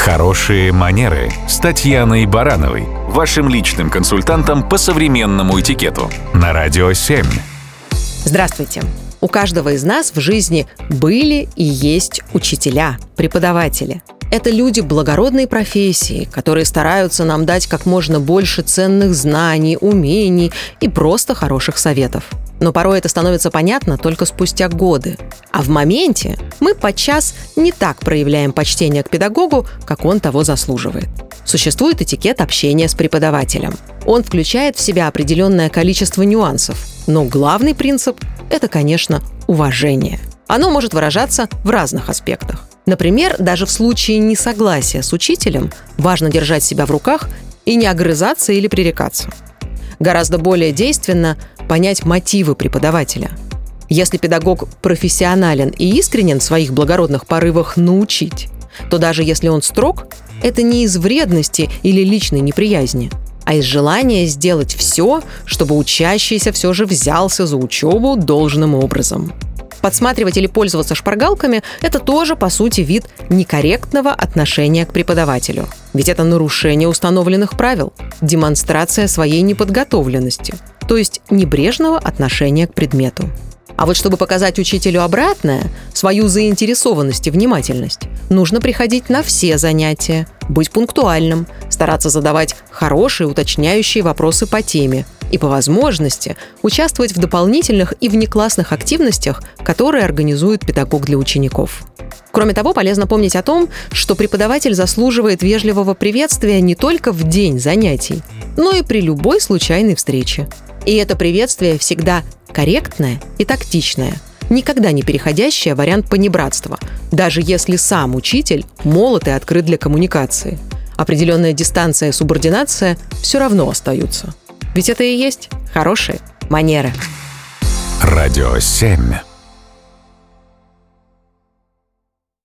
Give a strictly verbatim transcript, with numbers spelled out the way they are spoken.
Хорошие манеры с Татьяной Барановой, вашим личным консультантом по современному этикету на Радио семь. Здравствуйте! У каждого из нас в жизни были и есть учителя, преподаватели. Это люди благородной профессии, которые стараются нам дать как можно больше ценных знаний, умений и просто хороших советов. Но порой это становится понятно только спустя годы. А в моменте мы подчас не так проявляем почтение к педагогу, как он того заслуживает. Существует этикет общения с преподавателем. Он включает в себя определенное количество нюансов, но главный принцип – это, конечно, уважение. Оно может выражаться в разных аспектах. Например, даже в случае несогласия с учителем важно держать себя в руках и не огрызаться или пререкаться. Гораздо более действенно понять мотивы преподавателя. Если педагог профессионален и искренен в своих благородных порывах научить, то даже если он строг, это не из вредности или личной неприязни, а из желания сделать все, чтобы учащийся все же взялся за учебу должным образом. Подсматривать или пользоваться шпаргалками – это тоже, по сути, вид некорректного отношения к преподавателю. Ведь это нарушение установленных правил, демонстрация своей неподготовленности, то есть небрежного отношения к предмету. А вот чтобы показать учителю обратное, свою заинтересованность и внимательность, нужно приходить на все занятия, быть пунктуальным, стараться задавать хорошие, уточняющие вопросы по теме и, по возможности, участвовать в дополнительных и внеклассных активностях, которые организует педагог для учеников. Кроме того, полезно помнить о том, что преподаватель заслуживает вежливого приветствия не только в день занятий, но и при любой случайной встрече. И это приветствие всегда корректное и тактичное, никогда не переходящее в вариант понебратства, даже если сам учитель молод и открыт для коммуникации. Определенная дистанция и субординация все равно остаются. Ведь это и есть хорошие манеры. Радио семь.